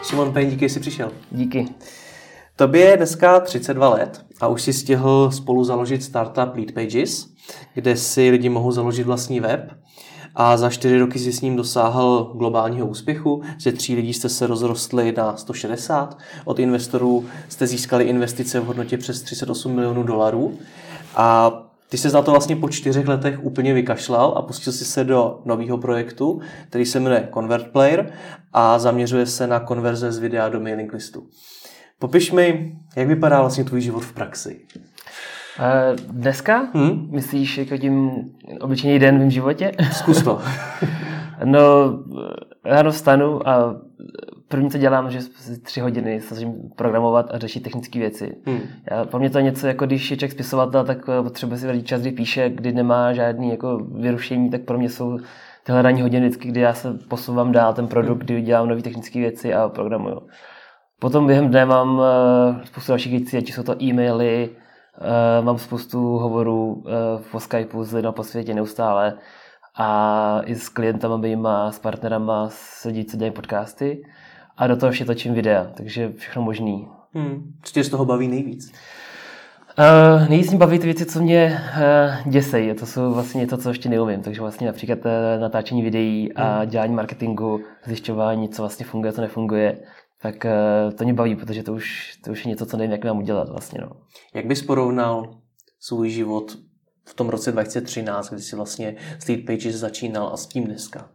Šimon Pejn, díky, že jsi přišel. Díky. Tobě je dneska 32 let a už si stihl spolu založit startup Leadpages, kde si lidi mohou založit vlastní web. A za 4 roky si s ním dosáhl globálního úspěchu. Ze 3 lidí jste se rozrostli na 160. Od investorů jste získali investice v hodnotě přes $38 milionů. A ty se na to vlastně po 4 letech úplně vykašlal a pustil si se do nového projektu, který se jmenuje ConvertPlayer a zaměřuje se na konverze z videa do mailing listu. Popiš mi, jak vypadá vlastně tvůj život v praxi? Dneska? Myslíš jako tím obyčejný den v mém životě? Zkus to. No, ráno vstanu a první, co dělám, že 3 hodiny snažím programovat a řešit technické věci. Pro mě to je něco, jako když je člověk spisovatel, tak potřebuje si vzít čas, kdy píše, kdy nemá žádný jako vyrušení, tak pro mě jsou tyhle ranní hodiny vždycky, kdy já se posouvám dál ten produkt, kdy dělám nové technické věci a programuju. Potom během dne mám spoustu dalších věcí, ať jsou to e-maily, mám spoustu hovorů po Skypeu s lidmi po světě neustále a i s klientama mýma, s partnerama, s lidí, co dělají podcasty a do toho ještě točím videa, takže všechno možný. Co tě z toho baví nejvíc? Nejvíc mě baví ty věci, co mě děsejí. To jsou vlastně to, co ještě neumím. Takže vlastně například natáčení videí a dělání marketingu, zjišťování, co vlastně funguje, co nefunguje. Tak to mě baví, protože to už je něco, co nevím, jak mám udělat vlastně. No. Jak bys porovnal svůj život v tom roce 2013, kdy jsi vlastně s Leadpages začínal a s tím dneska?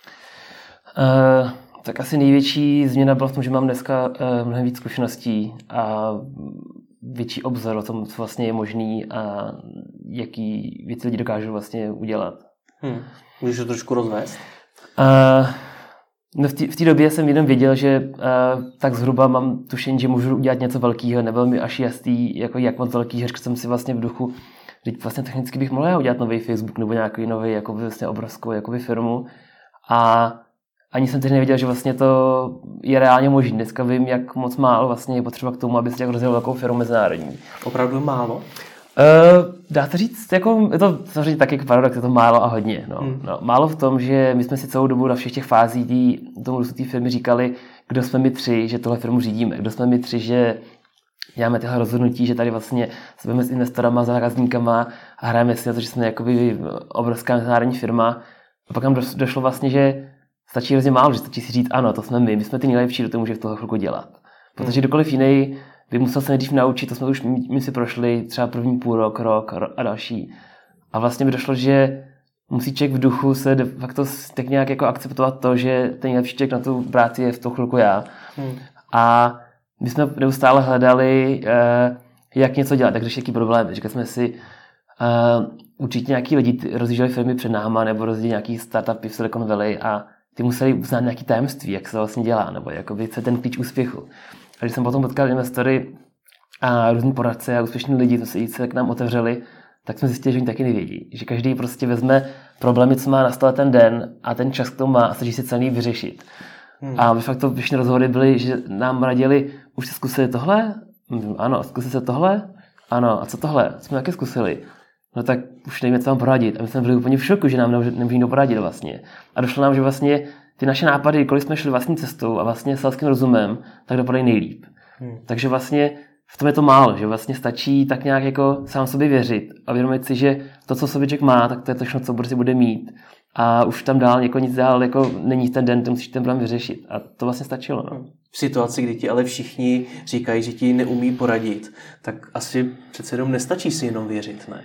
Tak asi největší změna byla v tom, že mám dneska mnohem víc zkušeností a větší obzor o tom, co vlastně je možný a jaký věci lidi dokážou vlastně udělat. Můžeš to trošku rozvést? No v té době jsem jenom věděl, že tak zhruba mám tušení, že můžu udělat něco velkého. Nebyl mi až jasný, jako jak moc velký, řekl jsem si vlastně v duchu, že vlastně technicky bych mohl udělat nový Facebook nebo nějaký nový jako vlastně obrovskou jakoby firmu. A ani jsem teď nevěděl, že vlastně to je reálně možné. Dneska vím, jak moc málo vlastně je potřeba k tomu, aby se rozjel velkou firmu mezinárodní. Opravdu málo? Dá se říct, jako, je to samozřejmě taky paradox, je to málo a hodně. No, málo v tom, že my jsme si celou dobu na všech těch fází tomu růstu té firmy říkali, kdo jsme my 3, že tohle firmu řídíme, kdo jsme my 3, že děláme tyhle rozhodnutí, že tady vlastně jsme s investorama, zákazníkama a hrajeme si na to, že jsme jakoby obrovská mezinárodní firma. A pak nám došlo vlastně, že stačí hrozně málo, že stačí si říct, ano, to jsme my jsme ty nejlepší, do toho může v toho chvilku dělat. Protože kdokoliv jiný by musel se nejdřív naučit, to jsme už my si prošli třeba první půl rok a další. A vlastně by došlo, že musí člověk v duchu se de facto tak nějak jako akceptovat to, že ten nejlepší člověk na tu práci je v tou chvilku já. A my jsme neustále hledali, jak něco dělat, tak řešili jaký problémy. Říkali jsme si, určitě nějaký lidi rozjížděli firmy před náma nebo rozjížděli nějaký startupy v Silicon Valley a ty museli znát nějaký tajemství, jak se to vlastně dělá, nebo jakoby, co je ten klíč úspěchu. A když jsem potom potkal investory a různí poradce a úspěšní lidi, co se k nám otevřeli, tak jsme zjistili, že oni taky nevědí. Že každý prostě vezme problémy, co má na stole ten den a ten čas k tomu má a snaží se celý vyřešit. A de facto všechny rozhovory byly, že nám radili, už jste zkusili tohle? Ano, zkusili se tohle? Ano, a co tohle? Jsme taky zkusili. No tak už nevíme, co vám poradit. A my jsme byli úplně v šoku, že nám nemůže nikdo poradit vlastně. A došlo nám, že vlastně ty naše nápady, kolik jsme šli vlastní cestou a vlastně selským rozumem, tak dopadají nejlíp. Takže vlastně v tom je to málo, že vlastně stačí tak nějak jako sám sobě věřit a vědomit si, že to, co sobě člověk má, tak to je to, co brzy bude mít. A už tam dál jako nic dál jako není ten den, to musíš ten problém vyřešit. A to vlastně stačilo. No. V situaci, kdy ti ale všichni říkají, že ti neumí poradit, tak asi přece jenom nestačí si jenom věřit, ne?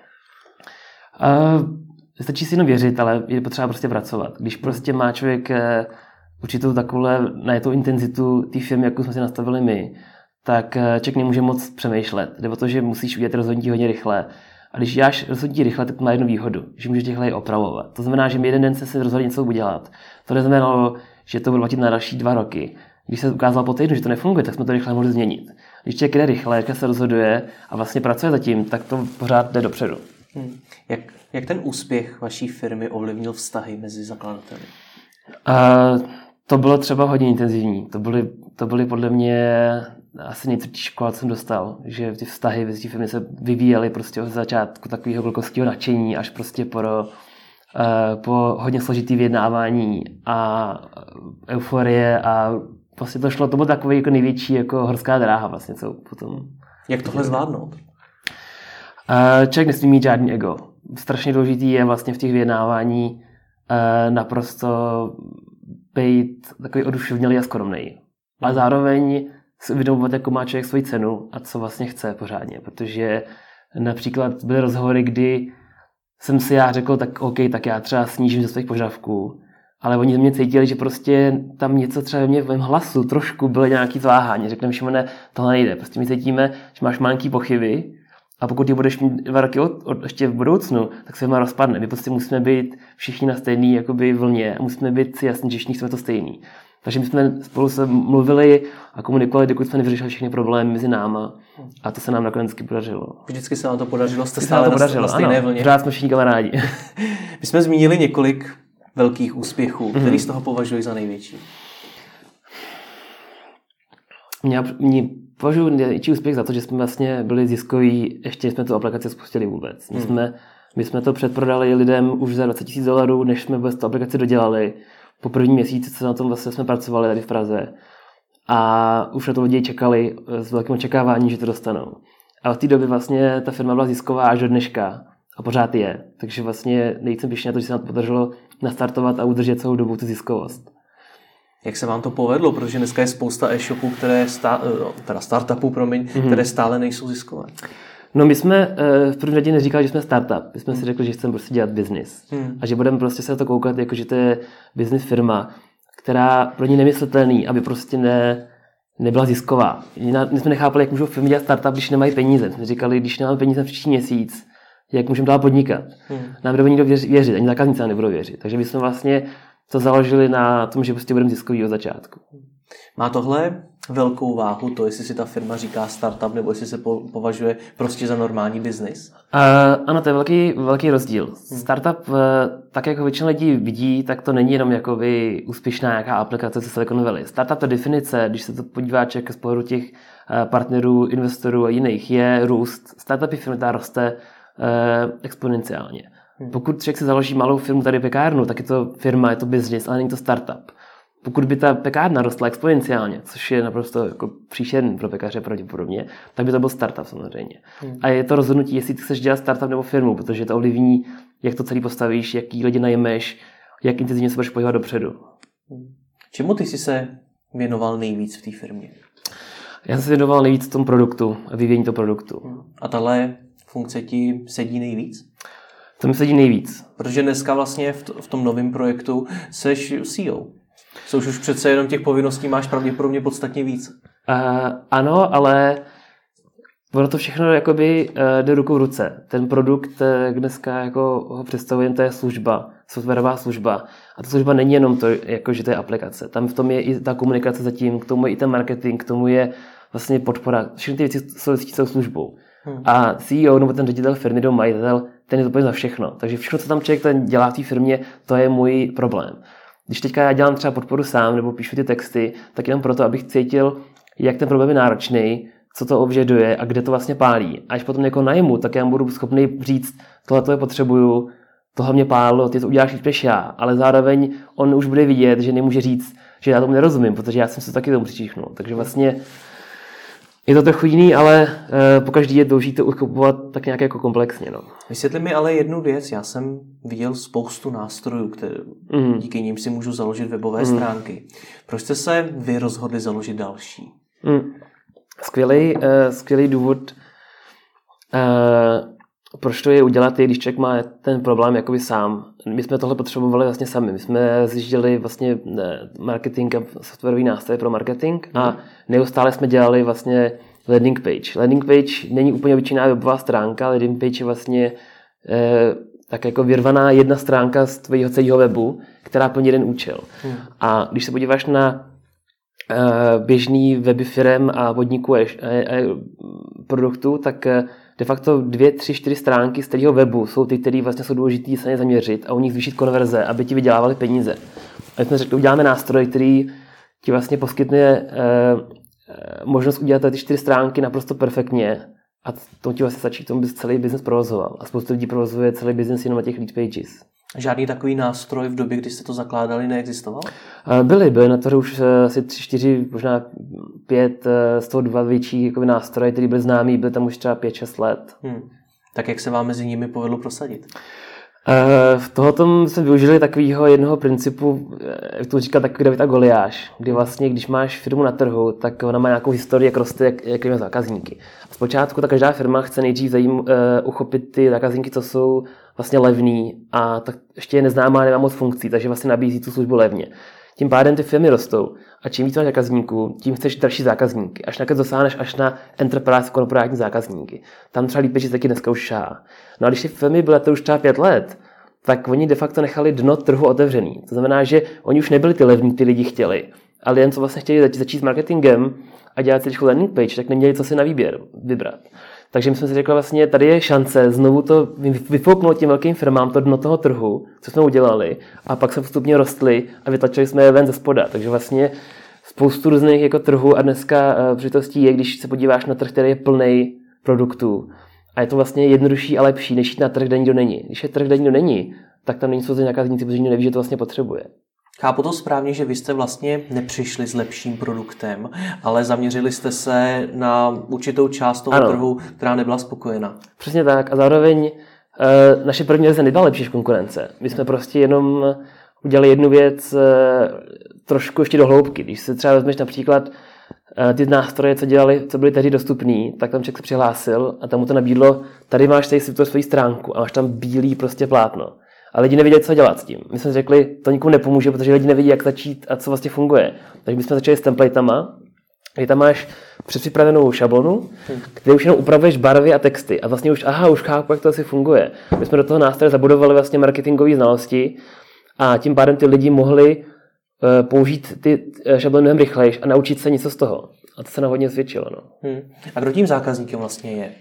Stačí si jenom věřit, ale je potřeba prostě pracovat. Když prostě má člověk určitou takovouhle najetou intenzitu té firmy, jakou jsme si nastavili my, tak člověk nemůže moc přemýšlet. Jde o to, že musíš udělat rozhodnutí hodně rychle. A když děláš rozhodnutí rychle, tak to má jednu výhodu, že můžeš rychleji opravovat. To znamená, že my jeden den se rozhodli něco udělat. To neznamenalo, že to bude platit na další 2 roky. Když se ukázalo po týdnu, že to nefunguje, tak jsme to rychle mohli změnit. Když člověk jde rychle, se rozhoduje a vlastně pracuje zatím, tak to pořád jde dopředu. Jak ten úspěch vaší firmy ovlivnil vztahy mezi zakladateli? To bylo třeba hodně intenzivní. To byly podle mě asi nejtvrdší škola, co jsem dostal. Že ty vztahy mezi firmy se vyvíjely prostě od začátku takového velkostního nadšení až prostě po hodně složitý vyjednávání a euforie a vlastně to bylo takový jako největší jako horská dráha vlastně, co potom. Jak tohle zvládnout? Člověk nesmí mít žádný ego. Strašně důležitý je vlastně v těch vyjednávání naprosto být takový oduševnělý a skromnej. A zároveň si uvědomovat, jako má člověk svoji cenu a co vlastně chce pořádně. Protože například byly rozhovory, kdy jsem si já řekl, tak OK, tak já třeba snížím ze svých požadavků, ale oni ze mě cítili, že prostě tam něco třeba v mém hlasu trošku bylo nějaký zváhání. Řekneme, že ne, tohle nejde. Prostě my cítíme, že máš malinký pochyby a pokud ty budeš mít 2 roky ještě v budoucnu, tak se má rozpadne. My prostě musíme být všichni na stejný jakoby vlně a musíme být si jasní, že všichni jsme to stejný. Takže my jsme spolu se mluvili a komunikovali, dokud jsme nevyřešili všechny problémy mezi náma. A to se nám nakonec podařilo. Vždycky se nám to podařilo, jste stále na stejné vlně. Pořád jsme všichni kamarádi. My jsme zmínili několik velkých úspěchů. Který z toho považuji za největší? Mě považuji největší úspěch za to, že jsme vlastně byli ziskoví, ještě jsme tu aplikaci spustili vůbec. My jsme to předprodali lidem už za $20,000, než jsme vůbec tu aplikaci dodělali. Po první měsíci, co na tom vlastně jsme pracovali tady v Praze. A už na to lidi čekali s velkým očekáváním, že to dostanou. A od té doby vlastně ta firma byla zisková až do dneška. A pořád je. Takže vlastně nejsem pyšný na to, že se nám to podařilo nastartovat a udržet celou dobu tu ziskovost. Jak se vám to povedlo? Protože dneska je spousta e-shopů, startupů, které stále nejsou ziskové. No my jsme v první řadě neříkali, že jsme startup. My jsme si řekli, že chceme prostě dělat biznis. A že budeme prostě se na to koukat, jako že to je business firma, která pro ní nemyslitelný, aby prostě nebyla zisková. My jsme nechápali, jak můžou firmy dělat startup, když nemají peníze. My jsme říkali, když nemáme peníze na příští měsíc, jak můžeme dál podnikat. Nám nebude nikdo věřit, ani zákazníci nám nebudou věřit. Takže my jsme vlastně to založili na tom, že prostě budeme ziskový od začátku. Má tohle velkou váhu to, jestli si ta firma říká startup, nebo jestli se považuje prostě za normální biznis? Ano, to je velký rozdíl. Startup, tak jako většina lidí vidí, tak to není jenom jakoby úspěšná nějaká aplikace ze Silicon Valley. Startup, ta definice, když se to podívá člověk z pohledu těch partnerů, investorů a jiných, je růst. Startupy firmy ta roste exponenciálně. Pokud člověk si založí malou firmu, tady pekárnu, tak je to firma, je to business, ale není to startup. Pokud by ta pekárna rostla exponenciálně, což je naprosto jako příšerný pro pekaře pravděpodobně, tak by to byl startup samozřejmě. A je to rozhodnutí, jestli ty chceš dělat startup nebo firmu, protože to ovlivní, jak to celý postavíš, jaký lidi najmeš, jak intenzivně se budeš pohybovat dopředu. Čemu ty jsi se věnoval nejvíc v té firmě? Já jsem se věnoval nejvíc tomu produktu a vyvíjení toho produktu. A tahle funkce ti sedí nejvíc? To mi sedí nejvíc. Protože dneska vlastně v tom novém projektu seš CEO. Což už přece jenom těch povinností máš pravděpodobně podstatně víc. Ano, ale ono to všechno jakoby jde ruku v ruce. Ten produkt dneska jako ho představujeme, to je služba, softwarová služba. A ta služba není jenom to, jako, že to je aplikace. Tam v tom je i ta komunikace zatím, k tomu je i ten marketing, k tomu je vlastně podpora. Všechny ty věci jsou službou. A CEO nebo ten ředitel firmy nebo majitel, ten je zodpovědný za všechno. Takže všechno, co tam člověk dělá v té firmě, to je můj problém. Když teďka já dělám třeba podporu sám nebo píšu ty texty, tak jenom proto, abych cítil, jak ten problém je náročný, co to obžaduje a kde to vlastně pálí. A až potom někoho najmu, tak já budu schopný říct, tohle to je potřebuju, tohle mě pálilo, ty to uděláš líp než já. Ale zároveň on už bude vidět, že nemůže říct, že já tomu nerozumím, protože já jsem se taky tomu přičíchnul. Takže vlastně je to trochu jiný, ale pokaždý je důležité uchopovat tak nějak jako komplexně. No. Vysvětli mi ale jednu věc. Já jsem viděl spoustu nástrojů, díky nim si můžu založit webové stránky. Proč jste se vy rozhodli založit další? Skvělý důvod, proč to je udělat, když člověk má ten problém jakoby sám. My jsme tohle potřebovali vlastně sami. My jsme zjištěli vlastně marketing a softwarový nástroj pro marketing a neustále jsme dělali vlastně landing page. Landing page není úplně obyčejná webová stránka, landing page je vlastně tak jako vyrvaná jedna stránka z tvého celého webu, která plní jeden účel. A když se podíváš na běžný weby firem a podniků a produktů, tak de facto 2, 3, 4 stránky z celého webu jsou ty, které vlastně jsou důležité se zaměřit a u nich zvýšit konverze, aby ti vydělávali peníze. A jsme řekli, uděláme nástroj, který ti vlastně poskytne možnost udělat ty 4 stránky naprosto perfektně a to ti vlastně stačí k tomu, bys celý biznes provozoval. A spoustu lidí provozuje celý biznes jenom na těch lead pages. Žádný takový nástroj v době, kdy jste to zakládali, neexistoval? Byly na to už asi 3, 4, možná 5, z toho 2 větší jako nástroje, které byly známý, byly tam už třeba 5-6 let. Tak jak se vám mezi nimi povedlo prosadit? V tohoto jsme využili takového jednoho principu, jak to říká takový David a Goliáš, kdy vlastně, když máš firmu na trhu, tak ona má nějakou historii, jak roste, jak má zákazníky. A zpočátku ta každá firma chce nejdřív uchopit ty zákazníky, co jsou vlastně levný a tak ještě je neznámá, nemá moc funkcí, takže vlastně nabízí tu službu levně. Tím pádem ty firmy rostou a čím víc máš zákazníků, tím chceš další zákazníky. Až nakonec dosáhneš až na enterprise korporátní zákazníky. Tam třeba líp, že taky dneska už šá. No a když ty firmy byly to už třeba 5 let, tak oni de facto nechali dno trhu otevřený. To znamená, že oni už nebyli ty levní, ty lidi chtěli, ale jen co vlastně chtěli začít s marketingem a dělat si rychlou landing page, tak neměli co si na výběr vybrat. Takže my jsme si řekli vlastně, tady je šance znovu to vyfouknout těm velkým firmám to dno toho trhu, co jsme udělali, a pak se postupně rostli a vytlačili jsme je ven ze spoda. Takže vlastně spoustu různých jako trhů a dneska příležitostí je, když se podíváš na trh, který je plný produktů. A je to vlastně jednodušší a lepší, než jít na trh, kde nikdo není. Když je trh, kde nikdo není, tak tam není co za zákazníci, protože nikdo neví, že to vlastně potřebuje. Chápu to správně, že vy jste vlastně nepřišli s lepším produktem, ale zaměřili jste se na určitou část toho trhu, která nebyla spokojená. Přesně tak. A zároveň naše první verze nebyla lepší v konkurence. My jsme prostě jenom udělali jednu věc trošku ještě do hloubky. Když si třeba vezmeš například ty nástroje, co byly tehdy dostupný, tak tam člověk se přihlásil a tam mu to nabídlo, tady máš tady si tu svoji stránku a máš tam bílý prostě plátno. A lidi nevěděli, co dělat s tím. My jsme řekli, to nikomu nepomůže, protože lidi nevědí, jak začít a co vlastně funguje. Takže my jsme začali s templatama, kdy tam máš předpřipravenou šablonu, kde už jenom upravuješ barvy a texty. A vlastně už chápu, jak to asi funguje. My jsme do toho nástroje zabudovali vlastně marketingové znalosti a tím pádem ty lidi mohli použít ty šablony mnohem rychleji a naučit se něco z toho. A to se nám hodně zvětšilo. No. A kdo tím zákazníkem vlastně je?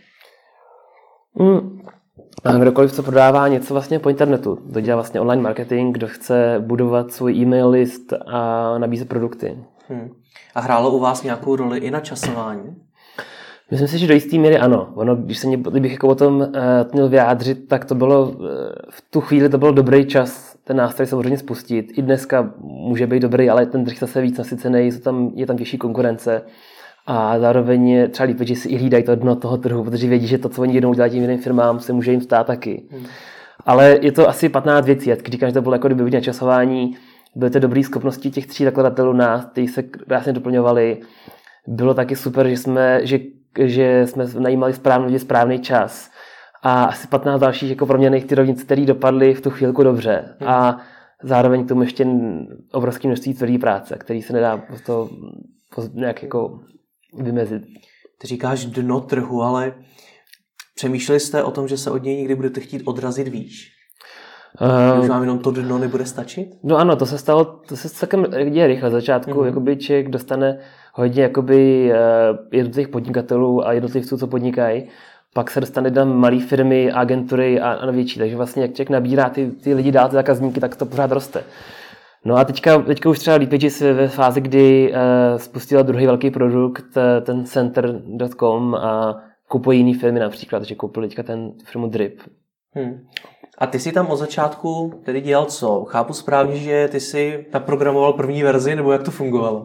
A kdokoliv, co prodává něco vlastně po internetu. Kdo dělá vlastně online marketing, kdo chce budovat svůj e-mail list a nabízet produkty. A hrálo u vás nějakou roli i na časování? Myslím si, že do jistý míry ano. Ono, kdybych jako o tom měl vyjádřit, tak to bylo v tu chvíli to byl dobrý čas ten nástroj samozřejmě spustit. I dneska může být dobrý, ale ten trh zase víc nasycený, je tam těžší konkurence. A zároveň třeba líp, že si i hlídají to dno toho trhu, protože vědí, že to, co oni jednou dělají těm jiným firmám, se může jim stát taky. Ale je to asi 15 věcí. Jak říkám, že to bylo jako kdyby načasování, byly to dobré schopnosti těch 3 zakladatelů nás, kteří se krásně doplňovali. Bylo taky super, že jsme najímali správný lidi, správný čas. A asi 15 dalších jako proměnných ty rovnic, které dopadly v tu chvílku dobře. A zároveň k tomu ještě obrovské množství tvrdé práce, který se nedá to nějak jako vymezit. Ty říkáš dno trhu, ale přemýšleli jste o tom, že se od něj někdy budete chtít odrazit výš? Už vám jenom to dno nebude stačit? No ano, to se celkem děje rychle. V začátku jakoby člověk dostane hodně jakoby jednotlivých podnikatelů a jednotlivců, co podnikají. Pak se dostane na malé firmy, agentury a na větší. Takže vlastně jak člověk nabírá ty lidi dál, ty zákazníky, tak to pořád roste. No a teďka už třeba LeapPages ve fázi, kdy spustila druhý velký produkt, ten Center.com a kupují jiný firmy například, takže koupili teďka ten firmu Drip. A ty jsi tam od začátku tedy dělal co? Chápu správně, že ty jsi naprogramoval první verzi, nebo jak to fungovalo?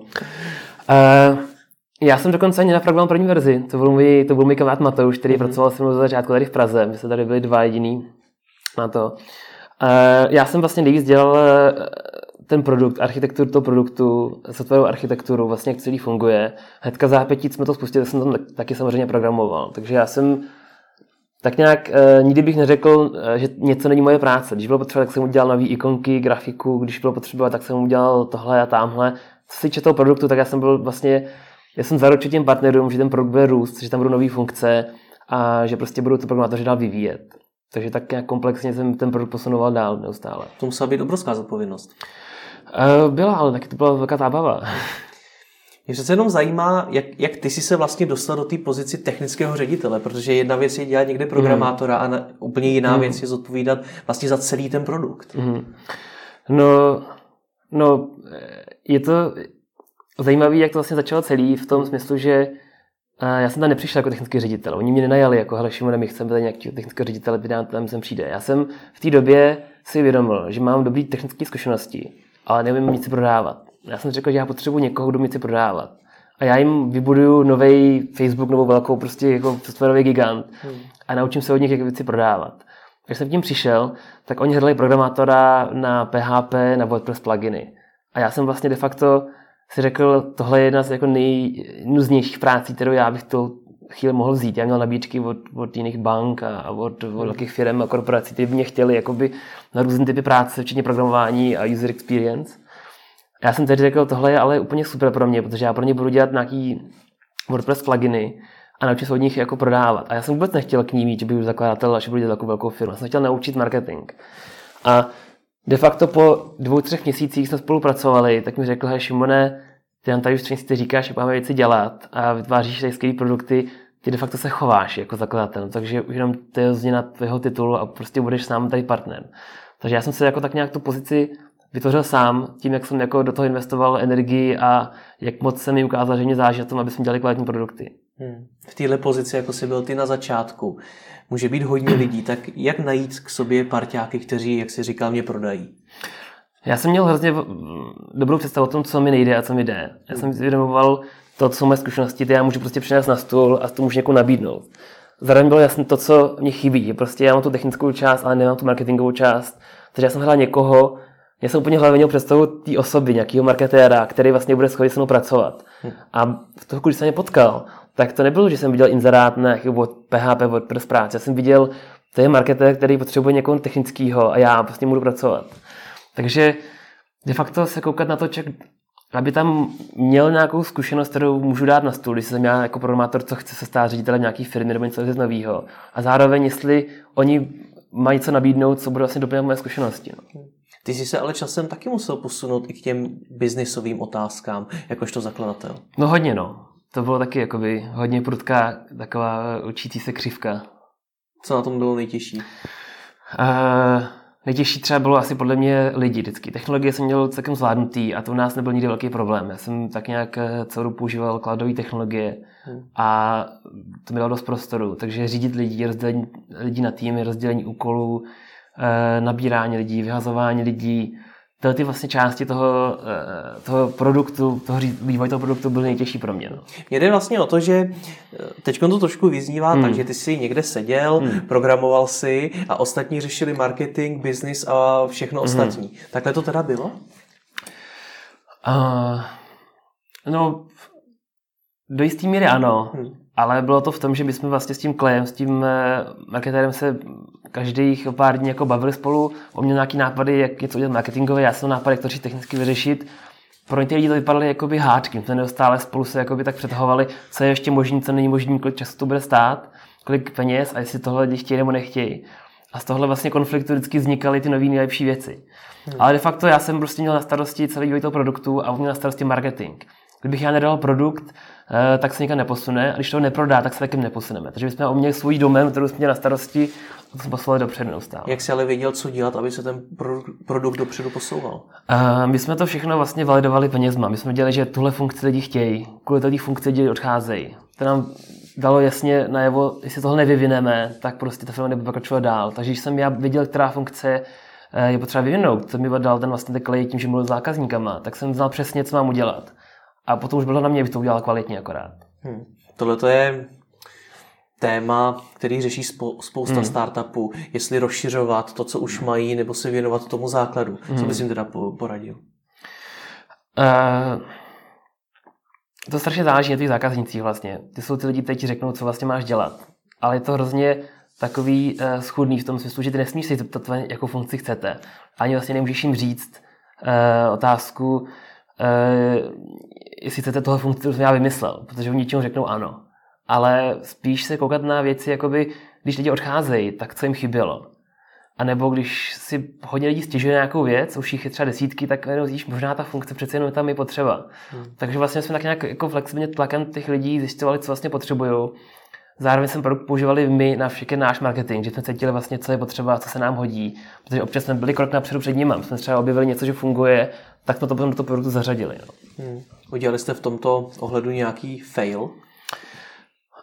Já jsem dokonce ani naprogramoval první verzi. To byl můj kamarád Matouš, který pracoval se mnou za začátku tady v Praze. My jsme tady byli 2 jediný na to. Já jsem vlastně nejvíc dělal ten produkt, architekturu toho produktu, softwarovou architekturu, vlastně jak celý funguje. Hnedka zápětí jsme to spustili, tak jsem tam taky samozřejmě programoval. Takže já jsem tak nějak nikdy bych neřekl, že něco není moje práce. Když bylo potřeba, tak jsem udělal nový ikonky, grafiku, když bylo potřeba, tak jsem udělal tohle a tamhle. Co se týče toho produktu, tak já jsem zaručil těm partnerům, že ten produkt bude růst, že tam budou nové funkce a že prostě budou to programátoři dál vyvíjet. Takže tak nějak komplexně jsem ten produkt posunoval dál neustále. To musela být obrovská zodpovědnost. Byla, ale taky to byla velká zábava. Mě přece jenom zajímá, jak ty jsi se vlastně dostal do té pozici technického ředitele, protože jedna věc je dělat někde programátora a úplně jiná věc je zodpovídat vlastně za celý ten produkt. No, je to zajímavé, jak to vlastně začalo celý v tom smyslu, že Já jsem tam nepřišel jako technický ředitel. Oni mě nenajali jako, hele Šimone, my chceme tady nějaký technický ředitel, tam sem přijde. Já jsem v té době si uvědomil, že mám dobrý technické zkušenosti, ale neumím nic si prodávat. Já jsem řekl, že já potřebuji někoho, kdo mi chce prodávat. A já jim vybuduju nový Facebook, novou velkou prostě jako softwarový gigant a naučím se od nich, jak věci prodávat. Když jsem k tím přišel, tak oni hledali programátora na PHP, na WordPress pluginy. A já jsem vlastně de facto si řekl, tohle je jedna z jako nejnuznějších prací, kterou já bych to chvíli mohl vzít. Já měl nabídky od jiných bank a od velkých firm a korporací, které by mě chtěli jakoby na různé typy práce, včetně programování a user experience. Já jsem teď řekl, tohle je ale úplně super pro mě, protože já pro ně budu dělat nějaký WordPress pluginy a naučit se od nich jako prodávat. A já jsem vůbec nechtěl k ním jít, že budu zakladatel a že budu dělat takovou velkou firmu. Já jsem chtěl naučit marketing. A de facto po 2-3 měsících jsme spolupracovali, tak mi řekl, hej Šimone, ty nám tady už 3 měsíce říkáš, že máme věci dělat a vytváříš tady skvělý produkty, ty de facto se chováš jako zakladatel, takže už jenom to je změna tvého titulu a prostě budeš sám tady partner. Takže já jsem se jako tak nějak tu pozici vytvořil sám, tím, jak jsem jako do toho investoval energii a jak moc jsem mi ukázal, že mě záleží na tom, aby jsme dělali kvalitní produkty. V téhle pozici, jako jsi byl ty na začátku, může být hodně lidí, tak jak najít k sobě parťáky, kteří, jak jsi říkal, mě prodají? Já jsem měl hrozně dobrou představu o tom, co mi nejde a co mi jde. Já jsem si uvědomoval to, co moje zkušenosti, ty já můžu prostě přinést na stůl a to můžu někomu nabídnout. Zároveň bylo jasné to, co mě chybí. Prostě já mám tu technickou část, ale nemám tu marketingovou část. Takže já jsem hledal někoho, já jsem úplně hlavně měl představu té osoby, nějakého marketéra, který vlastně bude schopný se mnou pracovat. A v toho, když jsem mě potkal, tak to nebylo, že jsem viděl inzerát na PHP, WordPress práce. Já jsem viděl, to je marketér, který potřebuje někoho technického a já prostě budu pracovat. Takže de facto se koukat na to, aby tam měl nějakou zkušenost, kterou můžu dát na stůl, když jsem já jako programátor, co chce se stát ředitelem nějaký firmy nebo něco nového. A zároveň, jestli oni mají co nabídnout, co bude vlastně doplňovat moje zkušenosti. No. Ty jsi se ale časem taky musel posunout i k těm biznisovým otázkám, jakožto zakladatel. No hodně, no. To bylo taky jakoby hodně prudká taková učící se křivka. Co na tom bylo nejtěžší? Nejtěžší třeba bylo asi podle mě lidi vždycky. Technologie jsem měl celkem zvládnutý a to u nás nebyl nikdy velký problém. Já jsem tak nějak celou dobu používal cloudové technologie a to mi dalo dost prostoru. Takže řídit lidi, rozdělení lidí na týmy, rozdělení úkolů, nabírání lidí, vyhazování lidí, ty vlastně části toho produktu, toho vývoje toho produktu byly nejtěžší pro mě. No. Mně jde vlastně o to, že teď to trošku vyznívá tak, že ty jsi někde seděl, programoval si a ostatní řešili marketing, business a všechno ostatní. Takhle to teda bylo? No, do jistý míry ano, ale bylo to v tom, že my jsme vlastně s tím klejem, s tím marketérem se každých pár dní jako bavili spolu, on měl nějaký nápady, jak něco udělat marketingové, já jsem nápady, jak to technicky vyřešit. Pro ně ty lidi to vypadaly jakoby hádky, jsme neustále spolu se jakoby tak přetahovali, co je ještě možný, co není možný, kolik času to bude stát, kolik peněz a jestli tohle lidi chtějí nebo nechtějí. A z tohle vlastně konfliktu vždycky vznikaly ty nový nejlepší věci. Ale de facto já jsem prostě měl na starosti celý vývoj toho produktu a on měl na starosti marketing. Kdybych já nedal produkt, tak se nikam neposune, a když to neprodá, tak se taky neposuneme. Takže my jsme měli svůj doménu, kterou jsme měli na starosti, a to jsme poslali dopředu neustále. Jak jsi ale věděl, co dělat, aby se ten produkt dopředu posouval? My jsme to všechno vlastně validovali penězma. My jsme věděli, že tuhle funkci lidi chtějí, kvůli té funkci lidi odcházejí. To nám dalo jasně najevo, jestli tohle nevyvineme, tak prostě ta firma nebude pokračovat dál. Takže když jsem já viděl, která funkce je potřeba vyvinout, co mi dal ten vlastně klej tím, že mluvil s zákazníkama, tak jsem znal přesně, co mám udělat. A potom už bylo na mě, abych to udělal kvalitně akorát. Tohle to je téma, který řeší spousta startupů. Jestli rozšiřovat to, co už mají, nebo se věnovat tomu základu. Co bys jim teda poradil? To strašně záleží na těch zákaznících vlastně. Ty jsou ty lidi, kteří ti řeknou, co vlastně máš dělat. Ale je to hrozně takový schudný v tom smyslu, že ty nesmíš se zeptat, jakou funkci chcete. Ani vlastně nemůžeš jim říct otázku, jestli chcete tohle funkci, co já vymyslel, protože oni něčemu řeknou ano. Ale spíš se koukat na věci, jakoby, když lidi odcházejí, tak co jim chybělo. A nebo když si hodně lidí stěžuje na nějakou věc, už jich je třeba desítky, tak možná ta funkce přece jenom tam je potřeba. Takže vlastně jsme tak nějak jako flexibilně tlakem těch lidí zjišťovali, co vlastně potřebují. Zároveň jsme produkt používali my na všechny náš marketing, že jsme cítili vlastně, co je potřeba, co se nám hodí, protože občas jsme byli krok napředu před nimi. Jsme třeba objevili něco, že funguje, tak jsme to potom do toho produktu zařadili. No. Udělali jste v tomto ohledu nějaký fail?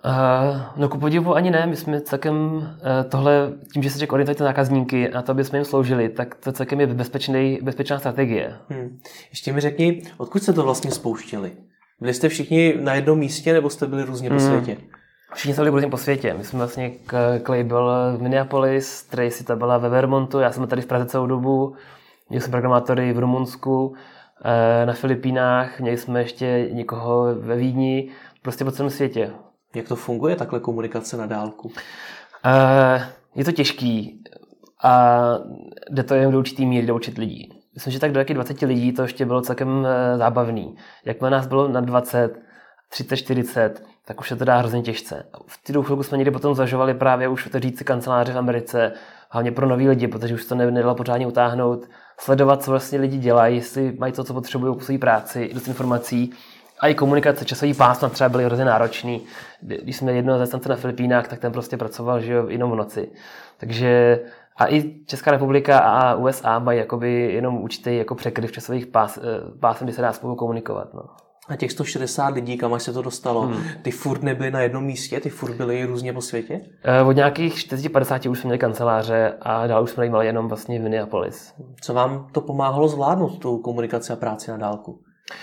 No ku podivu ani ne, my jsme celkem tohle, tím, že se člověk orientuje ty zákazníky a to, aby jsme jim sloužili, tak to celkem je bezpečná strategie. Ještě mi řekni, odkud jste to vlastně spouštěli? Byli jste všichni na jednom místě, nebo jste byli různě po světě? Všichni jsme byli různě po světě. My jsme vlastně, Clay byl v Minneapolis, Tracy ta byla ve Vermontu, já jsem tady v Praze celou dobu, měli jsme programátory v Rumunsku, na Filipínách, měli jsme ještě někoho ve Vídni, prostě po celém světě. Jak to funguje, takhle komunikace na dálku? Je to těžký a jde to jen do určitý míry, doučit lidí. Myslím, že tak do jakých 20 lidí to ještě bylo celkem zábavný. Jakmile nás bylo na 20, 30, 40, tak už se to dá hrozně těžce. V té chvilku jsme někdy potom zažovali právě už otevřít si kanceláře v Americe, hlavně pro nový lidi, protože už to nedalo pořádně utáhnout, sledovat, co vlastně lidi dělají, jestli mají to, co potřebují k své práci, dost informací. A i komunikace, časový pásma třeba byly hrozně náročný. Když jsme jednoho zaměstnance na Filipínách, tak ten prostě pracoval, že jo, jenom v noci. Takže a i Česká republika a USA mají jakoby jenom určitý jako překryv časových pásem, kdy se dá spolu komunikovat. No. A těch 160 lidí, kam až se to dostalo, ty furt nebyly na jednom místě, ty furt byly různě po světě? Od nějakých 40-50 už jsme měli kanceláře a dál už jsme měli jenom vlastně v Minneapolis. Co vám to pomáhalo zvládnout, tu komunikaci a práci na dálku?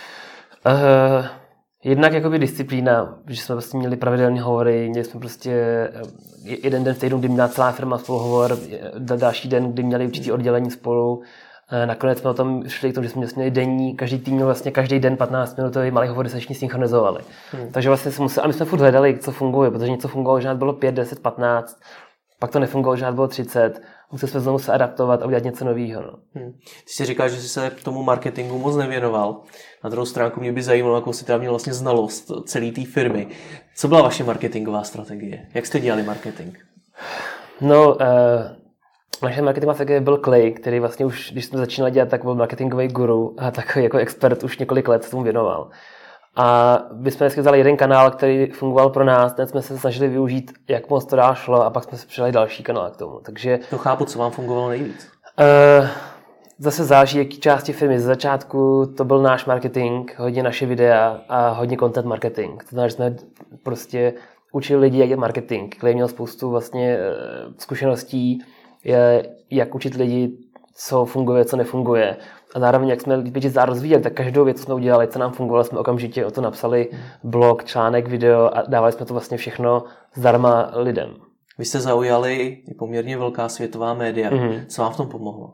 Jednak jakoby disciplína, že jsme vlastně měli pravidelné hovory, měli jsme prostě jeden den v týdnu, kdy měla celá firma spolu hovor, další den, kdy měli určitý oddělení spolu. Nakonec jsme o tom šli k tomu, že jsme měli denní, každý tým měl vlastně každý den 15 minutový malý hovory se všichni synchronizovali. Takže vlastně jsme museli, a my jsme furt hledali, co funguje, protože něco fungovalo, že nás bylo 5, 10, 15, pak to nefungovalo, že nás bylo 30. Museli jsme znovu se adaptovat a udělat něco nového. No. Ty jsi říkal, že jsi se k tomu marketingu moc nevěnoval. Na druhou stránku mě by zajímalo, jakou jsi teda měl vlastně znalost celé té firmy. Co byla vaše marketingová strategie? Jak jste dělali marketing? No, naše marketingová strategie byl Clay, který vlastně už, když jsme začínali dělat, tak byl marketingový guru a takový jako expert už několik let se tomu věnoval. A my jsme dneska vzali jeden kanál, který fungoval pro nás, ten jsme se snažili využít, jak moc to dál šlo, a pak jsme se přidali další kanál k tomu. Takže to chápu, co vám fungovalo nejvíc. Zase záleží, jaký části firmy. Ze začátku to byl náš marketing, hodně naše videa a hodně content marketing. To znamená, že jsme prostě učili lidi, jak je marketing. Clay měl spoustu vlastně zkušeností, jak učit lidi, co funguje, co nefunguje. A zároveň, jak jsme Lead rozvíjeli, tak každou věc, co jsme udělali, co nám fungovalo, jsme okamžitě o to napsali blog, článek, video a dávali jsme to vlastně všechno zdarma lidem. Vy jste zaujali i poměrně velká světová média. Co vám v tom pomohlo?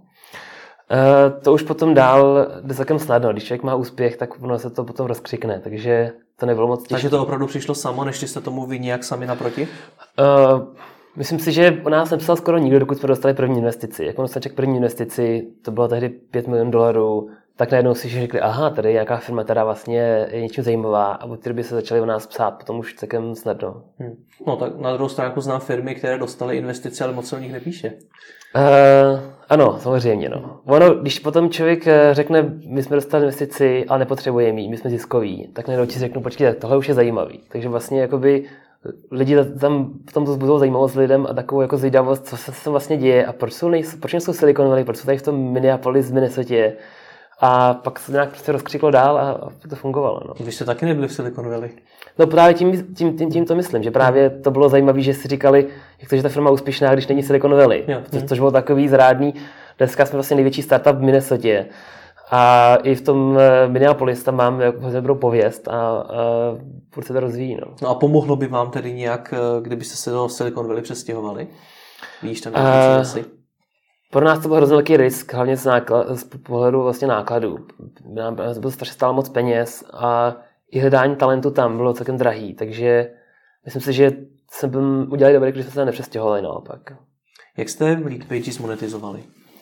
To už potom dál jde celkem snadno. Když člověk má úspěch, tak ono se to potom rozkřikne, takže to nebylo moc těžké. Takže to opravdu přišlo samo, než jste tomu vy nějak sami naproti? Myslím si, že o nás nepsal skoro nikdo, dokud jsme dostali první investici. Jak on dostal první investici, to bylo tehdy $5 milionů, tak najednou si řekli, aha, tady je nějaká firma, která vlastně je něčím zajímavá, a od té doby se začali o nás psát, potom už celkem snadno. No tak na druhou stránku znám firmy, které dostaly investici, ale moc se o nich nepíše. Ano, samozřejmě. No. Ono, když potom člověk řekne, my jsme dostali investici, ale nepotřebujeme ji, my jsme ziskoví, tak najednou ti řeknu, počkej, tohle už je zajímavý. Takže vlastně jakoby lidi tam v tom zbudou zajímavost lidem a takovou jako zvědavost, co se vlastně děje a proč nejsou Silicon Valley, proč jsou tady v tom Minneapolis, v Minnesotě. A pak se nějak prostě rozkřiklo dál a to fungovalo. No. Vy jste taky nebyli v Silicon Valley? No právě tím to myslím, že právě to bylo zajímavé, že si říkali, jak to, že ta firma je úspěšná, když není Silicon Valley. Což bylo takový zrádný. Dneska jsme vlastně největší startup v Minnesotě. A i v tom Minneapolis tam máme jako dobrou pověst a furt se to rozvíjí. No a pomohlo by vám tedy nějak, kdybyste se do Silicon Valley přestěhovali? Víš tam asi? Pro nás to byl hrozně velký risk, hlavně z pohledu vlastně nákladů. Nám bylo strašně stále moc peněz a i hledání talentu tam bylo celkem drahý, takže myslím si, že jsme udělali dobré, když jsme se nepřestěhovali naopak. Jak jste Lead Pages monetizovali?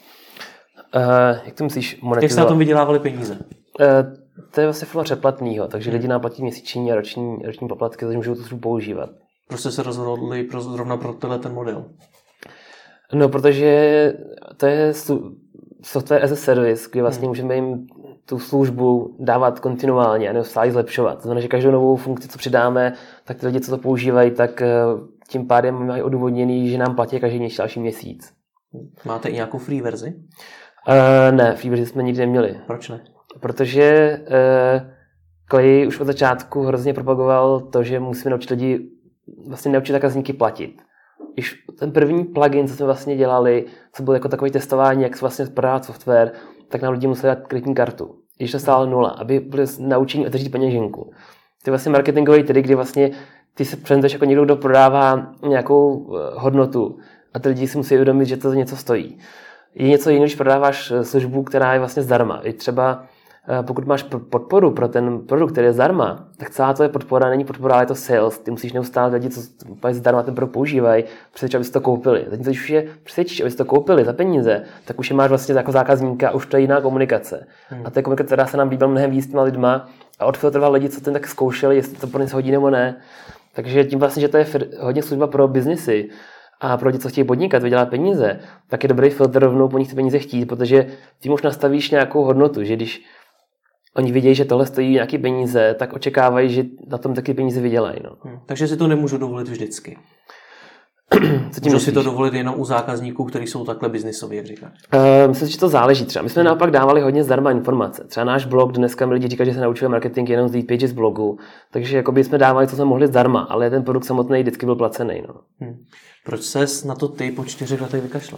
Jak to myslíš monetizovat? Jak jste na tom vydělávali peníze? To je vlastně firma předplatného, takže lidi nám platí měsíční a roční poplatky, takže můžou to používat. Proč jste se rozhodli zrovna pro ten model? No, protože to je software as a service, kde vlastně můžeme jim tu službu dávat kontinuálně a neustále zlepšovat. To znamená, že každou novou funkci, co přidáme, tak ty lidi, co to používají, tak tím pádem mají odůvodněný, že nám platí každý další měsíc. Máte i nějakou free verzi? Ne, free verzi jsme nikdy neměli. Proč ne? Protože Clay už od začátku hrozně propagoval to, že musíme naučit lidi vlastně naučit zákazníky platit. Když ten první plugin, co jsme vlastně dělali, co bylo jako takové testování, jak se vlastně prodávat software, tak nám lidi museli dát kreditní kartu. Když to stálo 0, aby byli naučení otevřít peněženku. To je vlastně marketingový trik, kdy vlastně ty se prezentuješ jako někdo, kdo prodává nějakou hodnotu a ty lidi si musí uvědomit, že to něco stojí. Je něco jiného, když prodáváš službu, která je vlastně zdarma. I třeba pokud máš podporu pro ten produkt, který je zdarma, tak celá to je podpora, není podpora, ale je to sales. Ty musíš neustále lidi, co zdarma ten produkt používají, přesvědčit, aby si to koupili. Zatímco, když už je přesvědčíš, aby si to koupili za peníze, tak už je máš vlastně jako zákazníka, už to je jiná komunikace. A to je komunikace, která se nám líbila mnohem víc s těma lidma a odfiltroval lidi, co ten tak zkoušeli, jestli to pro ně hodí nebo ne. Takže tím vlastně, že to je hodně služba pro biznisy a pro lidi, co chtějí podnikat, vydělat peníze, tak je dobrý filtr rovnou po nich ty peníze chtít, protože tím už nastavíš nějakou hodnotu, že když oni vidějí, že tohle stojí nějaké peníze, tak očekávají, že na tom taky peníze vydělají. No. Takže si to nemůžu dovolit vždycky. Můžu si to dovolit jenom u zákazníků, kteří jsou takhle biznisoví, jak říkáš? Myslím, že to záleží třeba. My jsme naopak dávali hodně zdarma informace. Třeba náš blog, dneska mi lidi říkají, že se naučili marketing jenom z Lead Pages blogu, takže jakoby jsme dávali, co jsme mohli zdarma, ale ten produkt samotný vždycky byl placený. No. Proč ses na to ty po 4 letech vykašlal?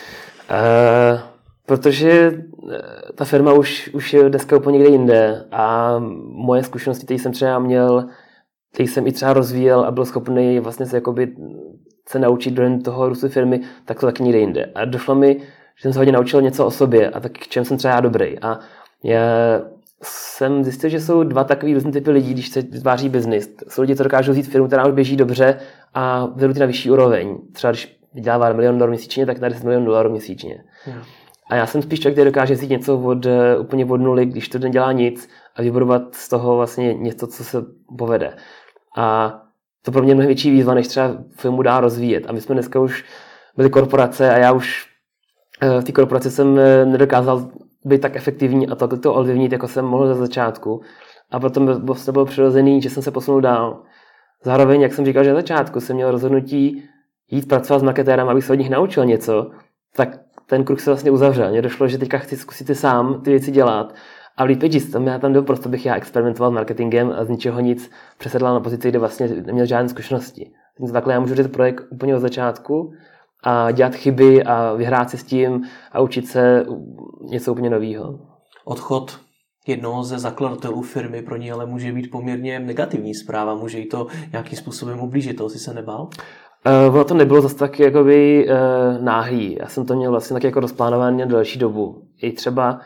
Protože ta firma už je dneska úplně někde jinde a moje zkušenosti, které jsem třeba měl, který jsem i třeba rozvíjel a byl schopný vlastně se naučit do toho růstu firmy, tak to taky někde jinde. A došlo mi, že jsem se hodně naučil něco o sobě a tak k čem jsem třeba já dobrý. A já jsem zjistil, že jsou dva takový různý typy lidí, když se vytváří biznis. Jsou lidi, co dokážou vzít firmu, která už běží dobře a vedou ty na vyšší úroveň. Třeba když vydělává $1 milion měsíčně, tak na $10 milionů měsíčně. A já jsem spíš člověk, který dokáže vzít něco úplně od nuly, když to nedělá nic a vybudovat z toho vlastně něco, co se povede. A to pro mě je mnohem větší výzva, než třeba firmu dá rozvíjet. A my jsme dneska už byli korporace a já už v té korporaci jsem nedokázal být tak efektivní a to ovlivnit, jako jsem mohl za začátku. A proto to bylo přirozený, že jsem se posunul dál. Zároveň, jak jsem říkal, že na začátku jsem měl rozhodnutí jít pracovat s marketérem, abych se od nich naučil něco, tak ten kruh se vlastně uzavřel. Mně došlo, že teďka chci zkusit sám ty věci dělat. A v Lead Pages tam byl prostě bych já experimentoval s marketingem a z ničeho nic přesedlal na pozici, kde vlastně neměl žádné zkušenosti. Takhle já můžu říct projekt úplně od začátku a dělat chyby a vyhrát si s tím a učit se něco úplně nového. Odchod jednoho ze zakladatelů firmy pro ní ale může být poměrně negativní zpráva. Může jí to nějakým způsobem ublížit. Toho jsi se nebál? Ono to nebylo zase tak náhlý. Já jsem to měl vlastně tak jako rozplánované na další dobu. I třeba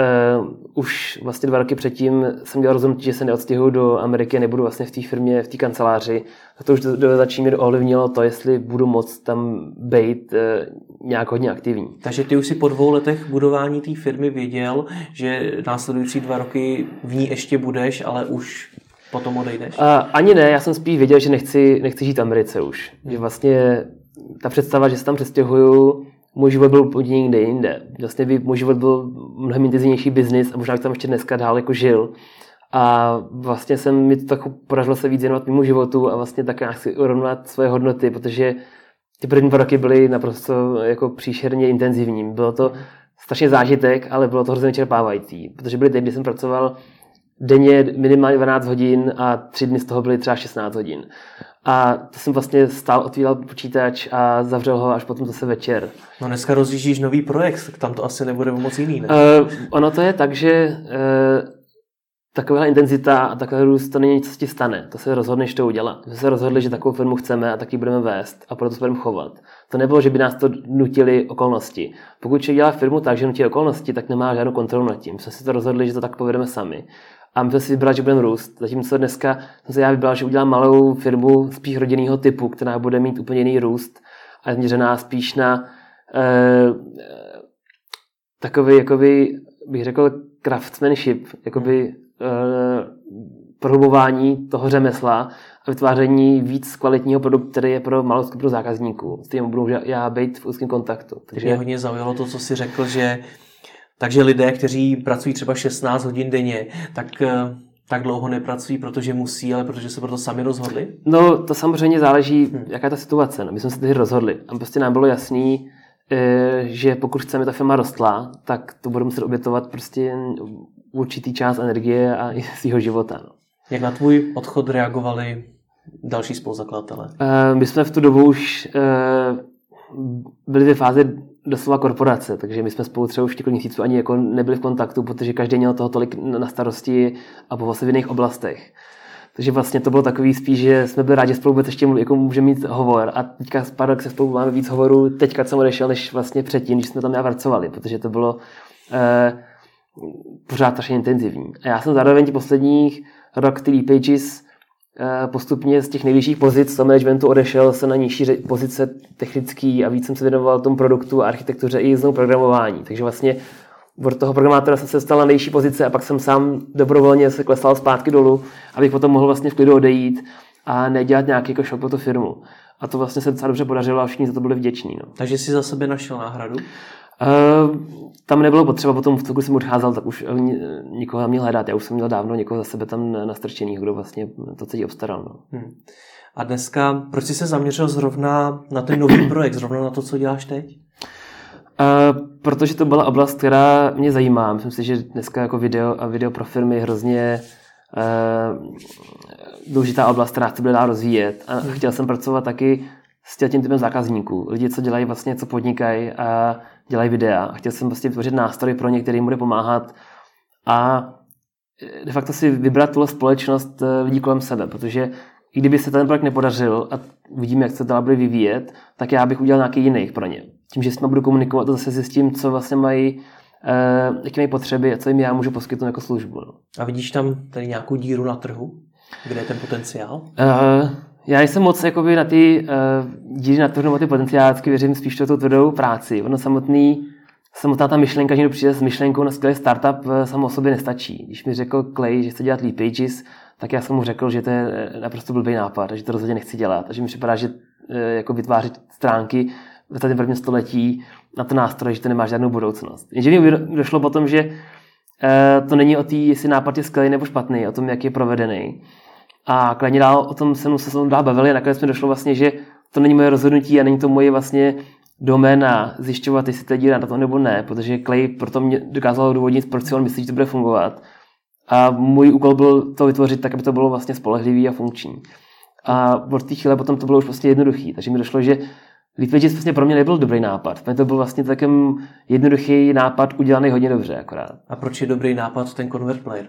už vlastně 2 roky předtím jsem dělal rozhodnutí, že se neodstěhuju do Ameriky a nebudu vlastně v té firmě, v té kanceláři. A to už do začátku mě ovlivnilo to, jestli budu moct tam být nějak hodně aktivní. Takže ty už si po 2 letech budování té firmy věděl, že následující 2 roky v ní ještě budeš, ale už potom odejdeš? Ani ne, já jsem spíš věděl, že nechci žít v Americe už. Že vlastně ta představa, že se tam přestěhuju, můj život byl úplně někde jinde. Vlastně můj život byl mnohem intenzivnější biznis a možná bych tam ještě dneska dál jako žil. A vlastně mi to tak podařilo se víc věnovat mému životu a vlastně tak nějak si urovnat svoje hodnoty, protože ty první 2 roky byly naprosto jako příšerně intenzivní. Bylo to strašně zážitek, ale bylo to hrozně čerpávající, protože byly ty, kdy jsem pracoval denně minimálně 12 hodin a 3 dny z toho byly třeba 16 hodin. A to jsem vlastně stál, otvíral počítač a zavřel ho až potom zase večer. No dneska rozjíždíš nový projekt, tak tam to asi nebude moc jiný, ne? Ono to je tak, že taková intenzita a takový růst, to není nic, co ti stane. To se rozhodneš to udělat. My jsme se rozhodli, že takovou firmu chceme a taky budeme vést a proto se budeme chovat. To nebylo, že by nás to nutili okolnosti. Pokud člověk dělá firmu tak, že nutí okolnosti, tak nemá žádnou kontrolu nad tím. My jsme si to rozhodli, že to tak povedeme sami. A my jsme si vybrali, že budeme růst. Zatímco dneska jsem se já vybral, že udělám malou firmu spíš rodinného typu, která bude mít úplně jiný růst a změřená spíš na takový, jakoby, bych řekl, craftsmanship, jakoby prohlubování toho řemesla a vytváření víc kvalitního produktu, který je pro malou skupinu zákazníků. S tím budu já být v úzkém kontaktu. Takže mě hodně zaujalo to, co jsi řekl, že takže lidé, kteří pracují třeba 16 hodin denně, tak dlouho nepracují, protože musí, ale protože se proto sami rozhodli? No, to samozřejmě záleží, jaká je ta situace. No, my jsme se tehdy rozhodli. A prostě nám bylo jasný, že pokud chceme, ta firma rostla, tak to budeme muset obětovat prostě určitý část energie a i svého života. No. Jak na tvůj odchod reagovali další spoluzakladatelé? My jsme v tu dobu už byli ve fázi doslova korporace, takže my jsme spolu třeba už několik měsíců ani jako nebyli v kontaktu, protože každý měl toho tolik na starosti a po vlastně v jiných oblastech. Takže vlastně to bylo takový spíš, že jsme byli rádi, že spolu vůbec ještě jako můžeme mít hovor a teďka paradox se spolu máme víc hovorů teďka, co jsem odešel, než vlastně předtím, když jsme tam pracovali, protože to bylo pořád strašně intenzivní. A já jsem zároveň těch posledních rok Leap Pages postupně z těch nejvyšších pozic toho managementu odešel se na nižší pozice technický a víc jsem se věnoval tomu produktu a architektuře i znovu programování. Takže vlastně od toho programátora jsem se dostal na nejvyšší pozice a pak jsem sám dobrovolně se klesal zpátky dolů, abych potom mohl vlastně v klidu odejít a nedělat nějaký jako šok pro tu firmu. A to vlastně se docela dobře podařilo a všichni za to byli vděční. No. Takže jsi za sebe našel náhradu? Tam nebylo potřeba, potom v celku jsem odcházel, tak už nikoho neměl hledat. Já už jsem měl dávno někoho za sebe tam nastrčený, kdo vlastně to celý obstaral. No. A dneska, proč jsi se zaměřil zrovna na ten nový projekt, zrovna na to, co děláš teď? Protože to byla oblast, která mě zajímá. Myslím si, že dneska jako video pro firmy je hrozně důležitá oblast, která se bude dál rozvíjet. A chtěl jsem pracovat taky s tím typem zákazníků. Lidi, co dělají vlastně, co podnikají a dělají videa. A chtěl jsem vlastně vytvořit nástroj pro ně, který jim bude pomáhat a de facto si vybrat tuhle společnost lidí kolem sebe, protože i kdyby se ten projekt nepodařil a uvidíme, jak se to dál bude vyvíjet, tak já bych udělal nějaký jiný pro ně. Tím, že s nimi budu komunikovat a zase zjistím, co vlastně mají, jaké mají potřeby a co jim já můžu poskytnout jako službu. No. A vidíš tam tady nějakou díru na trhu? Kde je ten potenciál? Já jsem moc jakoby na ty díry na trhu nebo ty potenciály věřím spíš tou tvrdou práci. Ono samotná ta myšlenka, že někdo přijde s myšlenkou na skvělý startup, samo o sobě nestačí. Když mi řekl Clay, že chce dělat Leap Pages, tak já jsem mu řekl, že to je naprosto blbý nápad, že to rozhodně nechci dělat. A že mi připadá, že jako vytvářet stránky v 21. století na to nástroj, že to nemá žádnou budoucnost. Jenže mi došlo potom, že to není o té, jestli nápad je skvělý nebo špatný, o tom, jak je provedený. A klidně dál o tom se mnou dál bavili a nakonec mi došlo vlastně, že to není moje rozhodnutí a není to moje vlastně doména zjišťovat, jestli to je díra na to nebo ne, protože Clay proto mě dokázal důvodnit, proč si on myslí, že to bude fungovat. A můj úkol byl to vytvořit tak, aby to bylo vlastně spolehlivý a funkční. A od té chvíle potom to bylo už vlastně jednoduchý, takže mi došlo, že Leap Pages vlastně pro mě nebyl dobrý nápad. To byl vlastně takový jednoduchý nápad udělaný hodně dobře akorát. A proč je dobrý nápad ten Convert Player?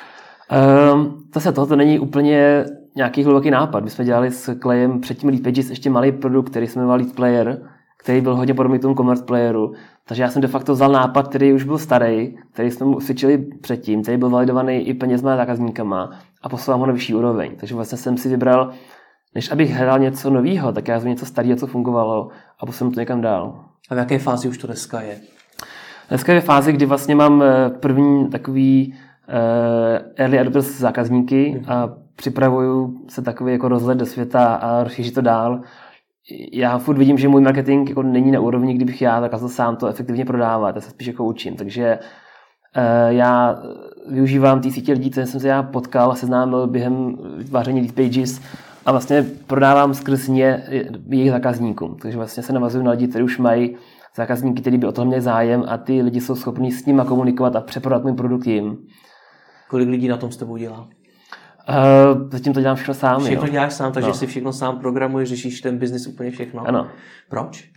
Tohle není úplně nějaký hluboký nápad. My jsme dělali s Clayem předtím Leap Pages ještě malý produkt, který jsme jmenovali Lead Player, který byl hodně podobný tomu Convert Playeru. Takže já jsem de facto vzal nápad, který už byl starý, který jsme mu usvědčili předtím, který byl validovaný i penězma a zákazníkama a poslal ho na vyšší úroveň. Takže vlastně jsem si vybral, než abych hledal něco nového, tak já jsem něco starého, co fungovalo a posunul to někam dál. A v jaké fázi už to dneska je? Dneska je fáze, kdy vlastně mám první takový early adopters zákazníky a připravuju se takový jako rozlet do světa a rozšířit to dál. Já furt vidím, že můj marketing jako není na úrovni, kdybych já dokázal sám to efektivně prodávat. Já se spíš jako učím. Takže já využívám té sítě lidí, co jsem se já potkal a seznámil během vytváření Lead Pages a vlastně prodávám skrz ně jejich zákazníkům. Takže vlastně se navazuju na lidi, kteří už mají zákazníky, kteří by o toho měli zájem a ty lidi jsou schopní s nimi komunikovat a přeprodat můj produkt jim. Kolik lidí na tom s tebou dělá? Zatím to dělám všechno sám. Všechno děláš sám, takže si všechno sám programuješ, řešíš ten biznis úplně všechno? Ano. Proč?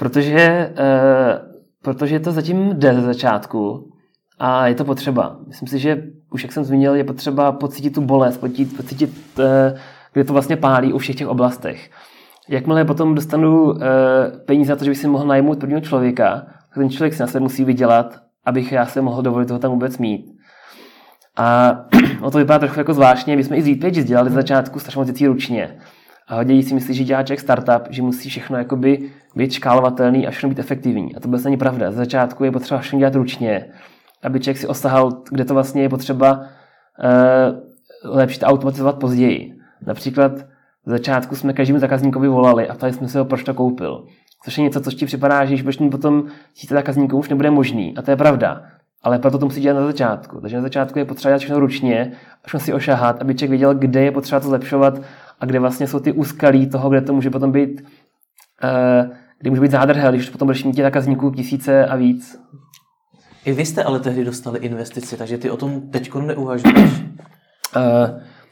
Protože to zatím jde ze začátku a je to potřeba. Myslím si, že už jak jsem zmínil, je potřeba pocítit tu bolest, pocítit, kde to vlastně pálí u všech těch oblastech. Jakmile potom dostanu peníze na to, že bych si mohl najmout prvního člověka, tak ten člověk si na sebe musí vydělat, abych já se mohl dovolit toho tam vůbec mít. A to vypadá trochu jako zvláštně. My jsme i z Leap Pages dělali z začátku strašně moc věcí ručně. A hodně lidí si myslí, že dělá člověk startup, že musí všechno jakoby být škálovatelný a všechno být efektivní. A to vůbec není pravda. Z začátku je potřeba všechno dělat ručně, aby člověk si osahal, kde to vlastně je potřeba lepší automatizovat později. Například z začátku jsme každému zákazníkovi volali a ptali jsme se ho, proč to koupil. Což je něco, co ti připadá, že když potom tisíce zákazníků už nebude možný. A to je pravda. Ale proto to musí dělat na začátku. Takže na začátku je potřeba dělat všechno ručně, až si ošahat, aby člověk věděl, kde je potřeba to zlepšovat a kde vlastně jsou ty úskalí toho, kde to může potom být, kde může být zádrhel, když potom budeš mít těch zákazníků tisíce a víc. I vy jste ale tehdy dostali investici, takže ty o tom teďko neuvažuješ.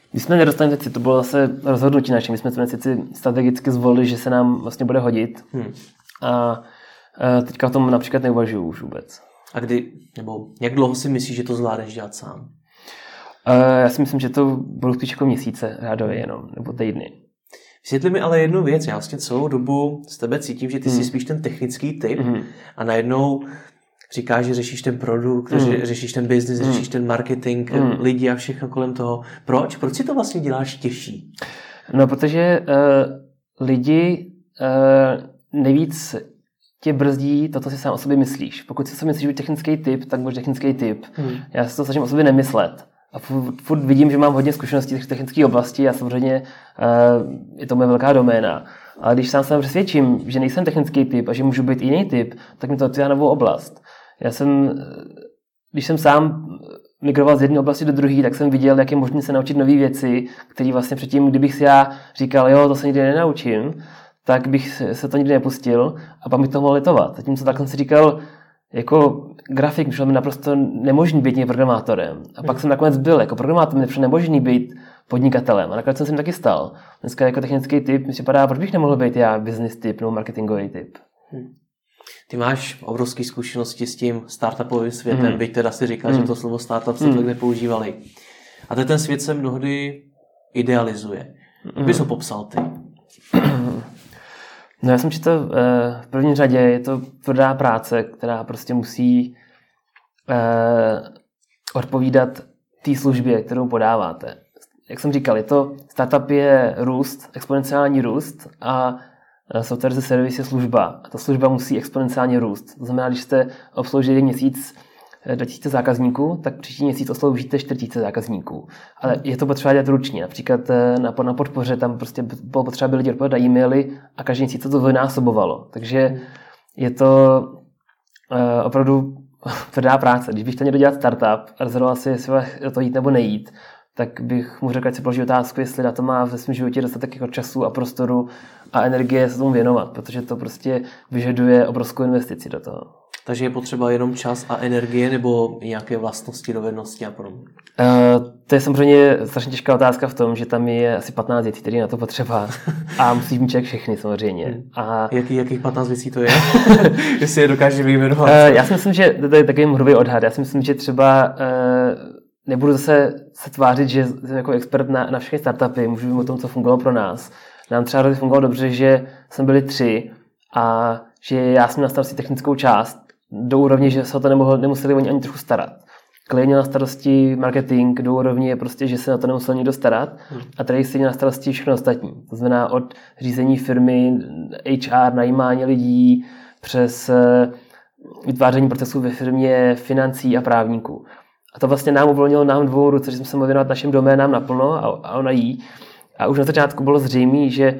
My jsme nedostali věci, to bylo zase rozhodnutí naše. My jsme tu věci strategicky zvolili, že se nám vlastně bude hodit. A teďka o tom například neuvažuju už vůbec. A jak dlouho si myslíš, že to zvládneš dělat sám? Já si myslím, že to budou spíš jako měsíce řádově jenom, nebo týdny. Vysvětli mi ale jednu věc. Já vlastně celou dobu z tebe cítím, že ty jsi spíš ten technický typ a najednou říkáš, že řešíš ten produkt, řešíš ten business, řešíš ten marketing, lidi a všechno kolem toho. Proč? Proč si to vlastně děláš těžší? No, protože lidi nejvíc tě brzdí to, co si sám o sobě myslíš. Pokud si myslíš, že být technický typ, tak budeš technický typ. Já si to snažím o sobě nemyslet. A furt vidím, že mám hodně zkušeností v technické oblasti a samozřejmě je to moje velká doména. Ale když sám se přesvědčím, že nejsem technický typ a že můžu být jiný typ, tak mi to otvírá novou oblast. Když jsem sám migroval z jedné oblasti do druhé, tak jsem viděl, jak je možné se naučit nové věci, které vlastně předtím, kdybych si já říkal, jo, to se nikdy nenaučím, tak bych se to nikdy nepustil a pak bych to mohl litovat. Zatímco tak jsem si říkal, jako grafik přišlo mi naprosto nemožný být programátorem. A pak jsem nakonec byl, jako programátor mi přišlo nemožný být podnikatelem. A nakonec jsem se taky stal. Dneska jako technický typ mi připadá, proč bych nemohl být já business typ nebo marketingový typ. Ty máš obrovské zkušenosti s tím startupovým světem, byť teda si říkal, že to slovo startup se tolik nepoužívali. A ten svět se mnohdy idealizuje. Jak bys ho popsal ty? No já jsem četl v první řadě, je to tvrdá práce, která prostě musí odpovídat té službě, kterou podáváte. Jak jsem říkal, startup je růst, exponenciální růst a software as a service je služba. A ta služba musí exponenciálně růst. To znamená, když jste obsloužili měsíc 2000 zákazníků, tak příští měsíc osloužíte 4000 zákazníků. Ale je to potřeba dělat ručně. Například na podpoře tam prostě bylo potřeba, aby lidi odpověděli e-maily a každý měsíc to vynásobovalo. Takže je to opravdu tvrdá práce. Když bych chtěl někdo dělat startup a rozhodoval si, jestli to jít nebo nejít, tak bych mu řekl, ať si položí otázku, jestli na to má ve svém životě dostatek jako času a prostoru a energie se tomu věnovat, protože to prostě vyžaduje obrovskou investici do toho. Takže je potřeba jenom čas a energie nebo nějaké vlastnosti, dovednosti a podobně? To je samozřejmě strašně těžká otázka v tom, že tam je asi 15 věcí, které na to potřeba a musí mít člověk všechny samozřejmě. A jakých 15 věcí to je? Jestli je dokáže vyjmenovat? Já si myslím, že to je takový hrubý odhad. Já si myslím, že třeba nebudu zase se tvářit, že jsem jako expert na všechny startupy, můžu mít o tom, co fungovalo pro nás. Nám třeba fungovalo dobře, že jsme byli 3 a že já jsem na starosti technickou část do úrovně, že se o to nemuseli oni ani trochu starat. Clay měl na starosti marketing do úrovně prostě, že se na to nemusel nikdo starat a Tracy měl na starosti všechno ostatní. To znamená od řízení firmy, HR, najímání lidí, přes vytváření procesů ve firmě, financí a právníků. A to vlastně nám uvolnilo nám 2 ruce, že jsme se mohli věnovat našim doménám naplno a ona jí. A už na začátku bylo zřejmé, že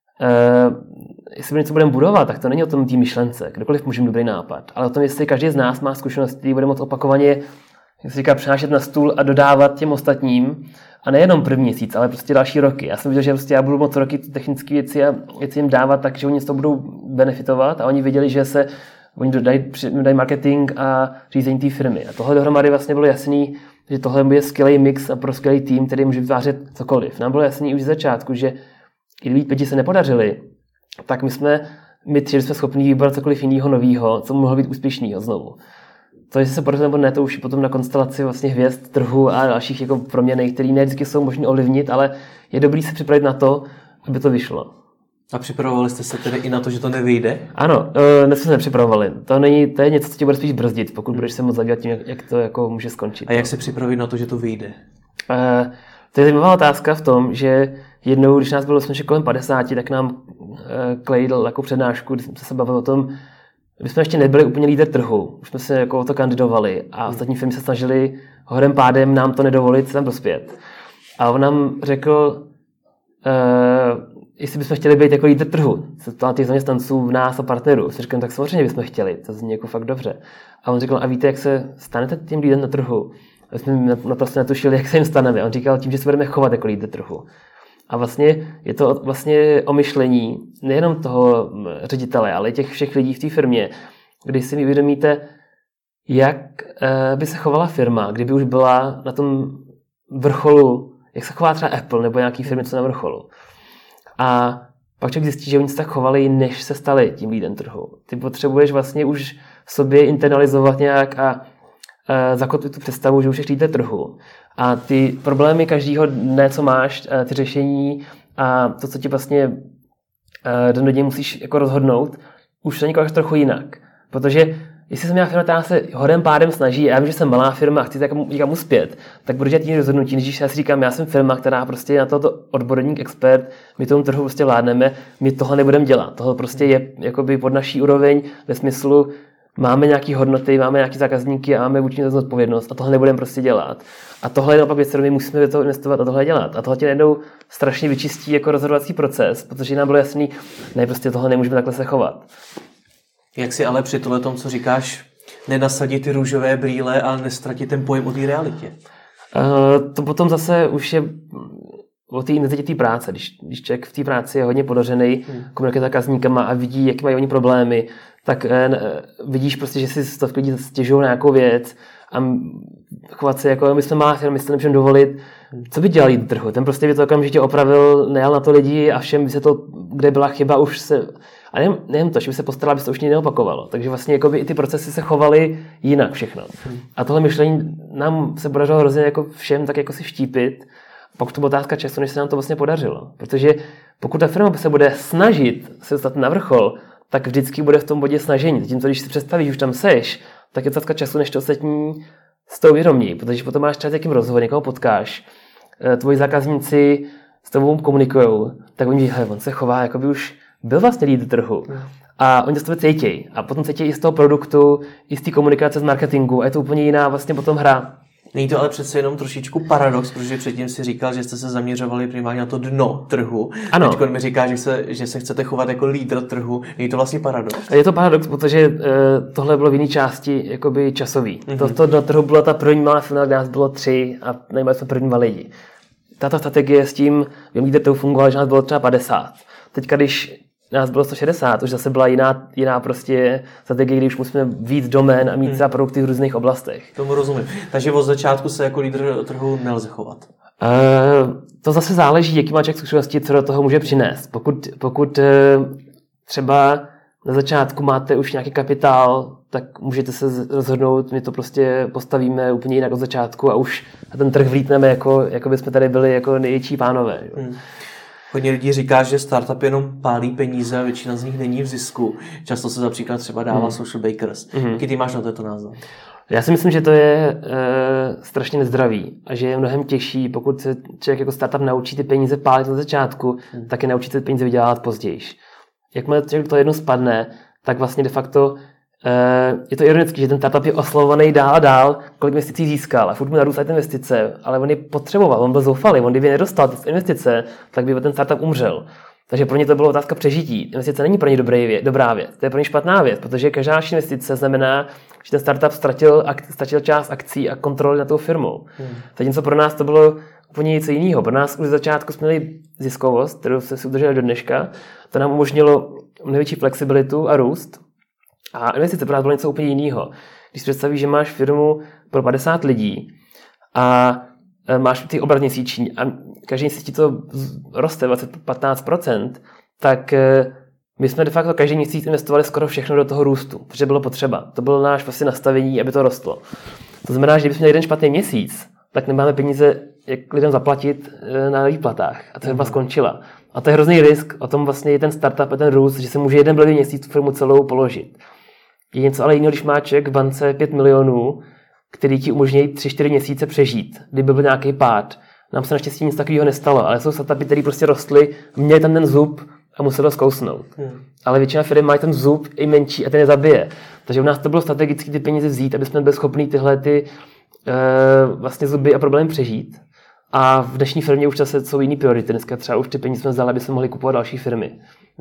jestli něco budeme budovat, tak to není o tom té myšlence. Kdokoliv může mít dobrý nápad. Ale o tom, jestli každý z nás má zkušenosti, který bude moct opakovaně, jak se říká, přenášet na stůl a dodávat těm ostatním. A nejenom první měsíc, ale prostě další roky. Já jsem viděl, že prostě já budu moct roky technické věci a věci jim dávat tak, že oni z toho budou benefitovat a oni věděli, že oni dají marketing a řízení té firmy. A tohle dohromady vlastně bylo jasný, že tohle je skvělý mix a pro skvělý tým, který může vytvářet cokoliv. Nám bylo jasný už z začátku, že i kdyby 5 se nepodařili, tak my 3 jsme schopni vybrat cokoliv jiného nového, co mohlo být úspěšného znovu. To, jestli se podařilo nebo ne, to už je potom na konstelaci vlastně hvězd, trhu a dalších jako proměny, které ne vždycky jsou možné ovlivnit, ale je dobrý se připravit na to, aby to vyšlo. A připravovali jste se tedy i na to, že to nevyjde? Ano, dnes jsme se nepřipravovali. To je něco, co tě bude spíš brzdit, pokud budeš se moc zabývat tím, jak to jako může skončit. A jak se připravit na to, že to vyjde? To je zajímavá otázka v tom, že jednou, když nás bylo kolem 50, tak nám Clay dal jako přednášku, když jsme se bavili o tom, my jsme ještě nebyli úplně lídr trhu, už jsme se jako o to kandidovali a ostatní firmy se snažili horem pádem nám to nedovolit se tam dospět. A on nám řekl, jestli bychom chtěli být jako lídr trhu, se ptal těch zaměstnanců v nás a partnerů. Jsme říkali, tak samozřejmě bychom chtěli, to zní jako fakt dobře. A on řekl, a víte, jak se stanete tím lídrem na trhu? A jsme naprosto netušili, jak se jim staneme. A on říkal, tím, že se budeme chovat jako lídr trhu. A vlastně je to vlastně o myšlení nejenom toho ředitele, ale i těch všech lidí v té firmě, kdy si uvědomíte, jak by se chovala firma, kdyby už byla na tom vrcholu jak se chová třeba Apple nebo nějaký firmy, co na vrcholu. A pak člověk zjistí, že oni se tak chovali, než se stali tím lídrem trhu. Ty potřebuješ vlastně už v sobě internalizovat nějak a zakotvit tu představu, že už jsi lídr trhu. A ty problémy každého dne, co máš, ty řešení a to, co ti vlastně dennodenně musíš jako rozhodnout, už se někoho trochu jinak. Protože jestli jsem nějaká firma, která se hodem pádem snaží, a já vím, že jsem malá firma a chci někam uspět, tak budu dělat jiný rozhodnutí, když já si říkám, já jsem firma, která prostě na toto odborník, expert, my tomu trhu prostě vládneme, my tohle nebudeme dělat. Tohle prostě je jakoby pod naší úroveň ve smyslu, máme nějaké hodnoty, máme nějaké zákazníky a máme vůči odpovědnost a tohle nebudeme prostě dělat. A tohle je naopak věc, kterou my musíme do toho investovat a tohle dělat. A tohle tě najednou strašně vyčistí jako rozhodovací proces, protože nám bylo jasný, ne, prostě tohle nemůžeme takhle se chovat. Jak si ale při tohletom, co říkáš, nenasadit ty růžové brýle a nestratit ten pojem o té realitě? To potom zase už je o té intenzitě té práce. Když člověk v té práci je hodně podařený, komunikuje s zákazníkama a vidí, jaký mají oni problémy, tak vidíš prostě, že si stovky lidí stěžují na nějakou věc a chovat se jako, my jsme malá firma, my si to nemůžeme dovolit. Co by dělali trhu? Ten prostě by to okamžitě opravil, nejel na to lidi a všem vysvětlil, kde byla chyba, už se... A nejen to, že by se postaral, aby se to už nikdy neopakovalo. Takže vlastně jakoby i ty procesy se chovaly jinak všechno. A tohle myšlení nám se podařilo hrozně jako všem tak jako si vštípit. Pak to byla otázka času, než se nám to vlastně podařilo. Protože pokud ta firma se bude snažit se dostat na vrchol, tak vždycky bude v tom bodě snažení. Zatímco když si představíš, že už tam seš, tak je otázka času, než to ostatní z toho uvědomí. Protože potom máš třeba jakým rozhovor, někoho potkáš, tvoji zákazníci s tebou komunikujou, tak oni říkají, on se chová, jako by už byl vlastně lídr trhu. A oni to z toho cítějí. A potom cítějí i z toho produktu, i z té komunikace z marketingu. A je to úplně jiná vlastně potom hra. Není to ale přece jenom trošičku paradox, protože předtím si říkal, že jste se zaměřovali primárně na to dno trhu. Ano. Teď mi říká, že se chcete chovat jako lídr trhu. Není to vlastně paradox? Je to paradox, protože tohle bylo v jiné části jakoby časový. To dno trhu byla ta první malá firma, kde nás bylo 3 a nejméně jsme první 2 lidi. Tato strategie s tím, že lídr trhu fungovala, že nás bylo třeba 50. Teďka, když nás bylo 160, už zase byla jiná prostě strategie, když musíme víc domén a mít třeba produkty v různých oblastech. Tomu rozumím. Takže od začátku se jako lídr trhu nelze chovat. To zase záleží, jaký má člověk zkušenosti, co do toho může přinést. Pokud třeba na začátku máte už nějaký kapitál, tak můžete se rozhodnout, my to prostě postavíme úplně jinak od začátku a už na ten trh vlítneme, jako by jsme tady byli jako největší pánové. Hodně lidí říká, že startup jenom pálí peníze a většina z nich není v zisku. Často se například třeba dává social bakers. Jaký ty máš na této názor? Já si myslím, že to je strašně nezdravý a že je mnohem těžší, pokud se člověk jako startup naučí ty peníze pálit na začátku, tak je naučí ty peníze vydělávat později. Jakmile to jedno spadne, tak vlastně de facto je to ironické, že ten startup je oslovovaný dál a dál, kolik investicí získal a furt mu narůstají ty investice, ale on je potřeboval, on byl zoufalý, on kdyby nedostal ty investice, tak by ten startup umřel. Takže pro ně to bylo otázka přežití. Investice není pro ně dobrá věc, to je pro ně špatná věc, protože každá investice znamená, že ten startup ztratil část akcí a kontroly nad tou firmou. Zatímco pro nás to bylo úplně něco jiného. Pro nás už z začátku jsme měli ziskovost, kterou jsme si udrželi do dneška. To nám umožnilo největší flexibilitu a růst. A investice pro nás bylo něco úplně jiného. Když si představíš, že máš firmu pro 50 lidí a máš ty obrat měsíční a každý měsíc ti to roste 15%, tak my jsme de facto každý měsíc investovali skoro všechno do toho růstu, protože bylo potřeba. To bylo náš prostě nastavení, aby to rostlo. To znamená, že kdybychom měli jeden špatný měsíc, tak nemáme peníze, jak lidem zaplatit na výplatách. A to firma skončila. A to je hrozný risk. O tom vlastně je ten startup a ten růst, že se může jeden blbý měsíc tu firmu celou položit. Je něco ale jiného, když má člověk v bance 5 milionů, který ti umožňují 3-4 měsíce přežít, kdyby byl nějaký pád. Nám se naštěstí nic takového nestalo, ale jsou startupy, které prostě rostly, měli tam ten zub a museli ho zkousnout. Ale většina firm má ten zub i menší a ten je zabije. Takže u nás to bylo strategicky ty peníze vzít, aby jsme byli schopni tyhle ty vlastně zuby a problémy přežít. A v dnešní firmě už zase jsou jiný priority. Dneska třeba už ty peníze jsme vzali, aby jsme mohli kupovat další firmy.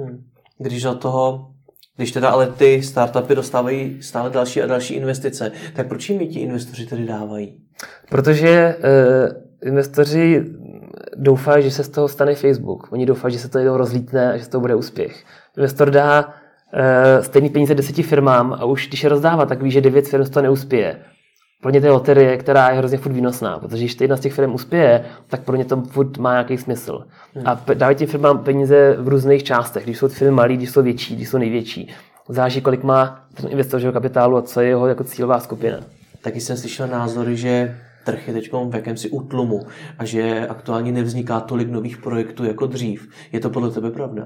Když teda ale ty startupy dostávají stále další a další investice, tak proč jim ti investoři tedy dávají? Protože investoři doufají, že se z toho stane Facebook. Oni doufají, že se to jednou rozlítne a že z toho bude úspěch. Investor dá stejný peníze 10 firmám a už když je rozdává, tak ví, že 9 firm z toho neuspěje. pro ně to je loterie, která je hrozně furt výnosná, protože když jedna z těch firm uspěje, tak pro ně to furt má nějaký smysl. A dávají těm firmám peníze v různých částech, když jsou ty firmy malý, když jsou větší, když jsou největší. Záleží, kolik má ten investor kapitálu a co je jeho jako cílová skupina. Taky jsem slyšel názory, že trh je teď v jakémsi útlumu a že aktuálně nevzniká tolik nových projektů jako dřív. Je to podle tebe pravda?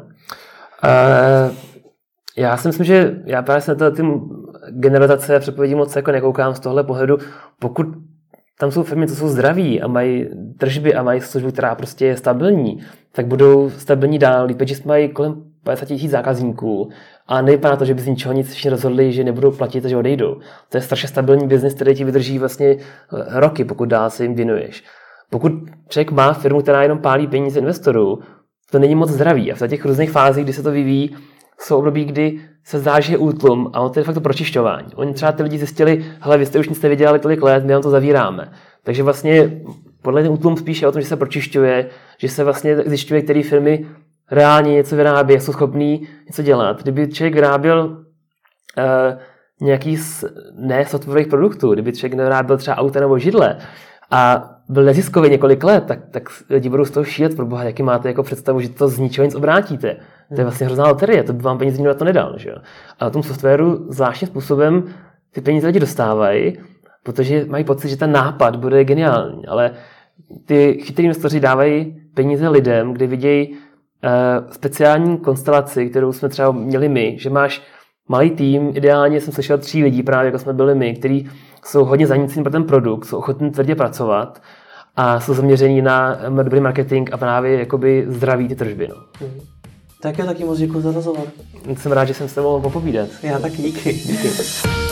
Já si myslím, že já právě se na ty generalizace a předpovědí moc jako nekoukám z tohle pohledu. Pokud tam jsou firmy, co jsou zdraví a mají tržby a mají službu, která prostě je stabilní, tak budou stabilní dál. LeadPages mají kolem 50 000 zákazníků a nevypadá to, že by z ničeho nic všichni rozhodli, že nebudou platit a že odejdou. To je strašně stabilní biznis, který ti vydrží vlastně roky, pokud dál se jim věnuješ. Pokud člověk má firmu, která jenom pálí peníze investorů, to není moc zdravý. A v těch různých fázích, kdy se to vyvíjí, jsou období, kdy se zdá, že je útlum a to je fakt to pročišťování. Oni třeba ty lidi zjistili, hele, vy jste už nic nevydělali tolik let, my vám to zavíráme. Takže vlastně podle ten útlum spíš je o tom, že se pročišťuje, že se vlastně zjišťuje, které firmy reálně něco vyrábí, jak jsou schopný něco dělat. Kdyby člověk vyráběl nějaký softwarových produktů, kdyby člověk vyráběl třeba auta nebo židle a byl neziskový několik let, tak lidi budou z toho šílet, pro boha, jaký máte jako představu, že to z ničeho nic obrátíte. To je vlastně hrozná loterie, to by vám peníze nikdo na to nedal. Že jo? A na tom softwaru zvláštním způsobem ty peníze lidi dostávají, protože mají pocit, že ten nápad bude geniální, ale ty chytrý investoři dávají peníze lidem, kdy vidějí speciální konstelaci, kterou jsme třeba měli my, že máš malý tým, ideálně jsem slyšel 3 lidí, právě jako jsme byli my, kteří jsou hodně zanícení pro ten produkt, jsou ochotní tvrdě pracovat a jsou zaměření na dobrý marketing a právě jakoby zdraví ty tržby. No. Tak já taky moc děkuji za rozhovor. Jsem rád, že jsem s tebou mohl popovídat. Já taky, díky.